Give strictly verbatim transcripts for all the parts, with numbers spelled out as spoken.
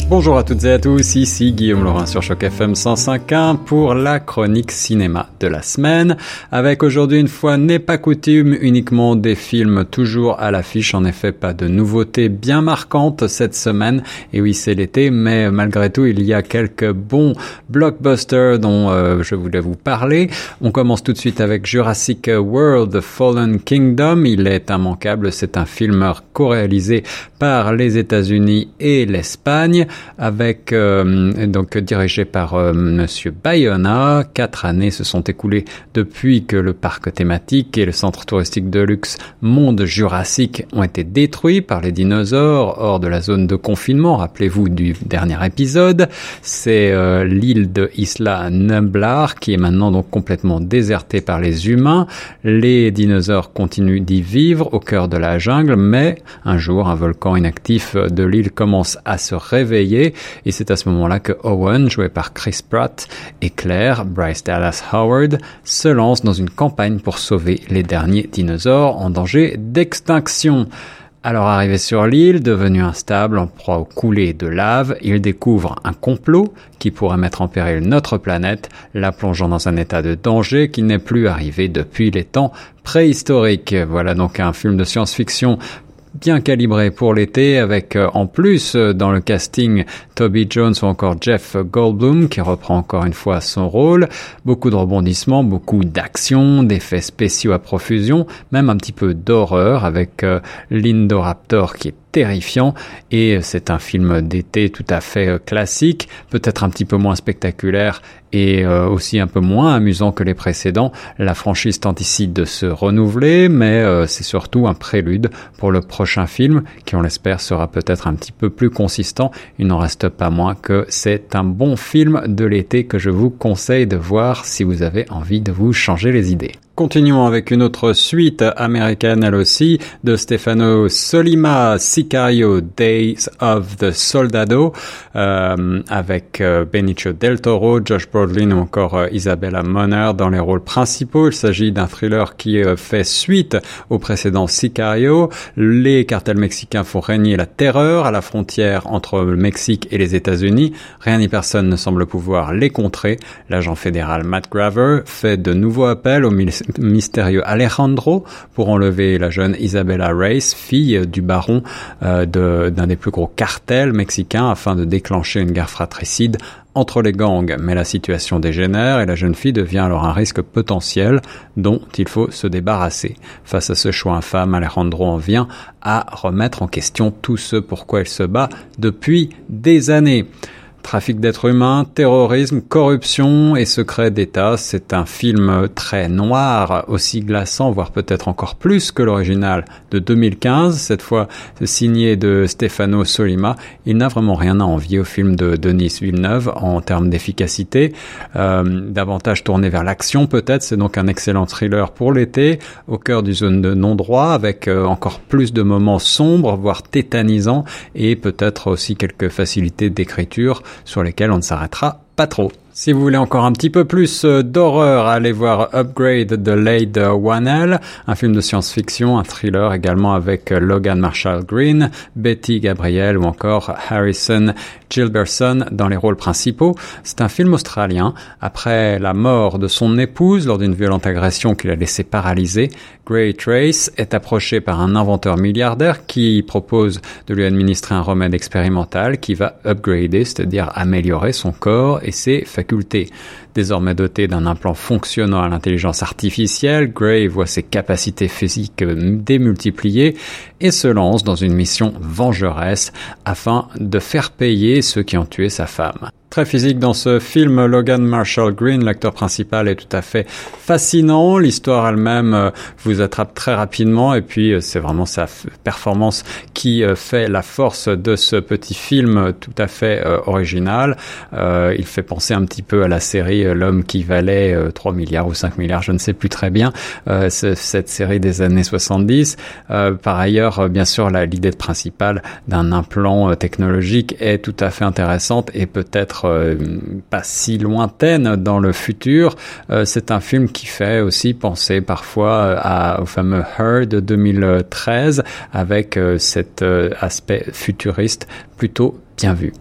Bonjour à toutes et à tous, ici Guillaume Laurin sur Choc F M cent cinq point un pour la chronique cinéma de la semaine, avec aujourd'hui une fois n'est pas coutume, uniquement des films toujours à l'affiche, en effet pas de nouveautés bien marquantes cette semaine, et oui c'est l'été, mais malgré tout il y a quelques bons blockbusters dont euh, je voulais vous parler. On commence tout de suite avec Jurassic World The Fallen Kingdom, il est immanquable, c'est un film co-réalisé par les États-Unis et l'Espagne, avec euh, donc dirigé par euh, Monsieur Bayona. Quatre années se sont écoulées depuis que le parc thématique et le centre touristique de luxe Monde Jurassique ont été détruits par les dinosaures hors de la zone de confinement. Rappelez-vous du dernier épisode. C'est euh, l'île de Isla Nublar qui est maintenant donc complètement désertée par les humains. Les dinosaures continuent d'y vivre au cœur de la jungle, mais un jour un volcan inactif de l'île commence à se réveiller. Et c'est à ce moment-là que Owen, joué par Chris Pratt, et Claire, Bryce Dallas Howard, se lancent dans une campagne pour sauver les derniers dinosaures en danger d'extinction. Alors arrivé sur l'île, devenu instable, en proie aux coulées de lave, ils découvrent un complot qui pourrait mettre en péril notre planète, la plongeant dans un état de danger qui n'est plus arrivé depuis les temps préhistoriques. Voilà donc un film de science-fiction bien calibré pour l'été, avec euh, en plus euh, dans le casting Toby Jones ou encore Jeff Goldblum qui reprend encore une fois son rôle. Beaucoup de rebondissements, beaucoup d'action, d'effets spéciaux à profusion, même un petit peu d'horreur avec euh, l'Indoraptor qui est terrifiant, et c'est un film d'été tout à fait euh, classique, peut-être un petit peu moins spectaculaire et euh, aussi un peu moins amusant que les précédents. La franchise tente ici de se renouveler, mais euh, c'est surtout un prélude pour le prochain film qui, on l'espère, sera peut-être un petit peu plus consistant. Il n'en reste pas moins que c'est un bon film de l'été que je vous conseille de voir si vous avez envie de vous changer les idées. Continuons avec une autre suite américaine, elle aussi, de Stefano Sollima, Sicario, Days of the Soldado, euh, avec euh, Benicio del Toro, Josh Brolin ou encore euh, Isabella Moner dans les rôles principaux. Il s'agit d'un thriller qui euh, fait suite au précédent Sicario. Les cartels mexicains font régner la terreur à la frontière entre le Mexique et les États-Unis. Rien ni personne ne semble pouvoir les contrer. L'agent fédéral Matt Graver fait de nouveaux appels au ministère mystérieux Alejandro pour enlever la jeune Isabella Reyes, fille du baron euh, de, d'un des plus gros cartels mexicains, afin de déclencher une guerre fratricide entre les gangs. Mais la situation dégénère et la jeune fille devient alors un risque potentiel dont il faut se débarrasser. Face à ce choix infâme, Alejandro en vient à remettre en question tout ce pourquoi il se bat depuis des années. Trafic d'êtres humains, terrorisme, corruption et secrets d'État, c'est un film très noir, aussi glaçant, voire peut-être encore plus que l'original de deux mille quinze, cette fois signé de Stefano Sollima. Il n'a vraiment rien à envier au film de Denis Villeneuve en termes d'efficacité, euh, davantage tourné vers l'action peut-être. C'est donc un excellent thriller pour l'été, au cœur du zone de non-droit, avec euh, encore plus de moments sombres, voire tétanisants, et peut-être aussi quelques facilités d'écriture sur lesquels on ne s'arrêtera pas trop. Si vous voulez encore un petit peu plus d'horreur, allez voir Upgrade de Lade Whannell, un film de science-fiction, un thriller également avec Logan Marshall Green, Betty Gabriel ou encore Harrison Gilbertson dans les rôles principaux. C'est un film australien. Après la mort de son épouse lors d'une violente agression qui l'a laissé paralysé, Gray Trace est approché par un inventeur milliardaire qui propose de lui administrer un remède expérimental qui va upgrader, c'est-à-dire améliorer son corps et ses facultés. Désormais doté d'un implant fonctionnant à l'intelligence artificielle, Gray voit ses capacités physiques démultipliées et se lance dans une mission vengeresse afin de faire payer ceux qui ont tué sa femme. Très physique dans ce film, Logan Marshall Green, l'acteur principal, est tout à fait fascinant. L'histoire elle-même euh, vous attrape très rapidement et puis euh, c'est vraiment sa f- performance qui euh, fait la force de ce petit film tout à fait euh, original. Euh, il fait penser un petit peu à la série euh, L'homme qui valait euh, trois milliards ou cinq milliards, je ne sais plus très bien, euh, c'est, cette série des années soixante-dix. Euh, par ailleurs, euh, bien sûr, la, l'idée principale d'un implant euh, technologique est tout à fait intéressante et peut-être Euh, pas si lointaine dans le futur. Euh, c'est un film qui fait aussi penser parfois à, au fameux Her de deux mille treize avec euh, cet euh, aspect futuriste plutôt bien vu.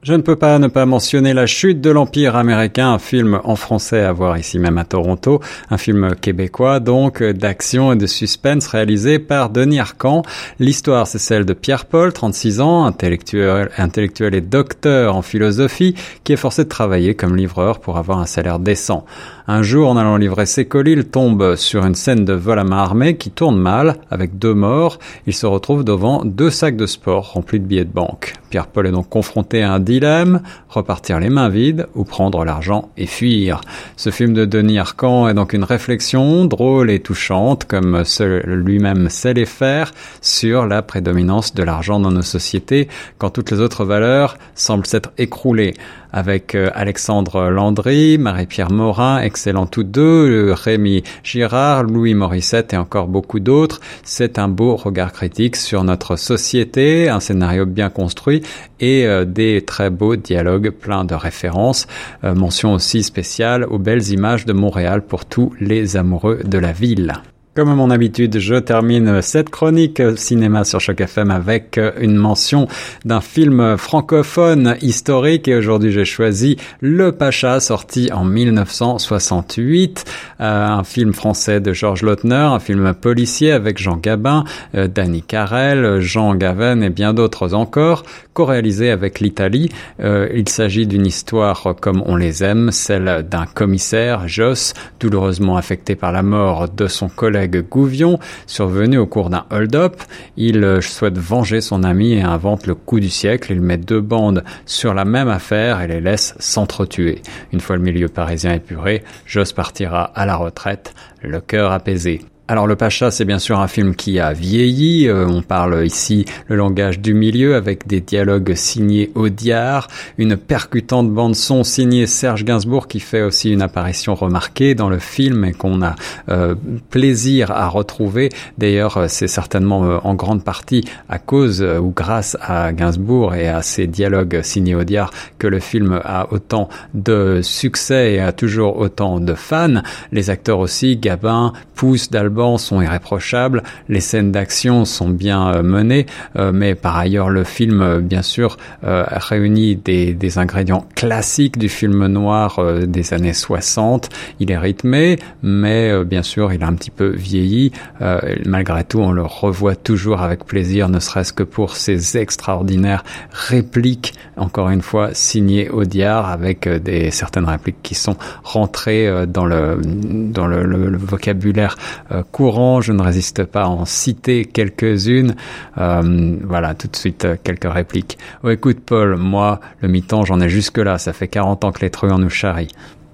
Je ne peux pas ne pas mentionner La chute de l'Empire américain, un film en français à voir ici même à Toronto, un film québécois donc d'action et de suspense réalisé par Denis Arcand. L'histoire, c'est celle de Pierre-Paul, trente-six ans, intellectuel, intellectuel et docteur en philosophie, qui est forcé de travailler comme livreur pour avoir un salaire décent. Un jour, en allant livrer ses colis, il tombe sur une scène de vol à main armée qui tourne mal, avec deux morts. Il se retrouve devant deux sacs de sport remplis de billets de banque. Pierre-Paul est donc confronté à un dilemme, repartir les mains vides ou prendre l'argent et fuir. Ce film de Denis Arcand est donc une réflexion drôle et touchante, comme seul lui-même sait les faire, sur la prédominance de l'argent dans nos sociétés, quand toutes les autres valeurs semblent s'être écroulées. Avec Alexandre Landry, Marie-Pierre Morin, excellents tous deux, Rémi Girard, Louis Morissette et encore beaucoup d'autres. C'est un beau regard critique sur notre société, un scénario bien construit et euh, des très beaux dialogues pleins de références. Euh, mention aussi spéciale aux belles images de Montréal pour tous les amoureux de la ville. Comme à mon habitude, je termine cette chronique cinéma sur Choc F M avec une mention d'un film francophone historique et aujourd'hui j'ai choisi Le Pacha, sorti en mille neuf cent soixante-huit, euh, un film français de Georges Lautner, un film policier avec Jean Gabin, euh, Danny Carrel, Jean Gaven et bien d'autres encore, co-réalisé avec l'Italie. Euh, il s'agit d'une histoire comme on les aime, celle d'un commissaire, Josse, douloureusement affecté par la mort de son collègue Gouvion, survenu au cours d'un hold-up. Il souhaite venger son ami et invente le coup du siècle. Il met deux bandes sur la même affaire et les laisse s'entretuer. Une fois le milieu parisien épuré, Josse partira à la retraite, le cœur apaisé. Alors Le Pacha, c'est bien sûr un film qui a vieilli. Euh, on parle ici le langage du milieu avec des dialogues signés Audiard, une percutante bande-son signée Serge Gainsbourg qui fait aussi une apparition remarquée dans le film et qu'on a euh, plaisir à retrouver. D'ailleurs, c'est certainement euh, en grande partie à cause euh, ou grâce à Gainsbourg et à ses dialogues signés Audiard que le film a autant de succès et a toujours autant de fans. Les acteurs aussi, Gabin, Pousse, Dalban, sont irréprochables, les scènes d'action sont bien euh, menées, euh, mais par ailleurs le film, euh, bien sûr, euh, réunit des, des ingrédients classiques du film noir euh, des années soixante. Il est rythmé, mais euh, bien sûr, il a un petit peu vieilli. Euh, malgré tout, on le revoit toujours avec plaisir, ne serait-ce que pour ses extraordinaires répliques, encore une fois, signées Audiard, avec euh, des certaines répliques qui sont rentrées euh, dans le dans le, le, le vocabulaire euh, courant. Je ne résiste pas à en citer quelques-unes. Euh, voilà, tout de suite, euh, quelques répliques. Oh, écoute, Paul, moi, le mi-temps, j'en ai jusque-là. Ça fait quarante ans que les truands nous charrient.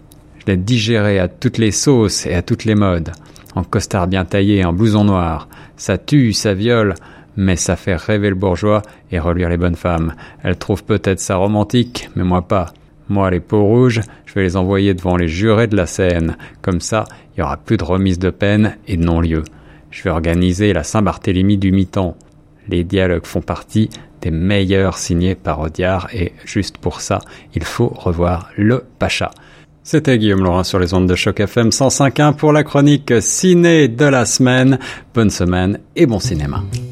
Je l'ai digéré à toutes les sauces et à toutes les modes. En costard bien taillé, en blouson noir. Ça tue, ça viole, mais ça fait rêver le bourgeois et reluire les bonnes femmes. Elles trouvent peut-être ça romantique, mais moi pas. Moi, les peaux rouges, je vais les envoyer devant les jurés de la Seine. Comme ça, il y aura plus de remise de peine et de non-lieu. Je vais organiser la Saint-Barthélemy du mi-temps. Les dialogues font partie des meilleurs signés par Audiard et juste pour ça, il faut revoir Le Pacha. C'était Guillaume Laurin sur les ondes de Choc F M cent cinq point un pour la chronique ciné de la semaine. Bonne semaine et bon cinéma.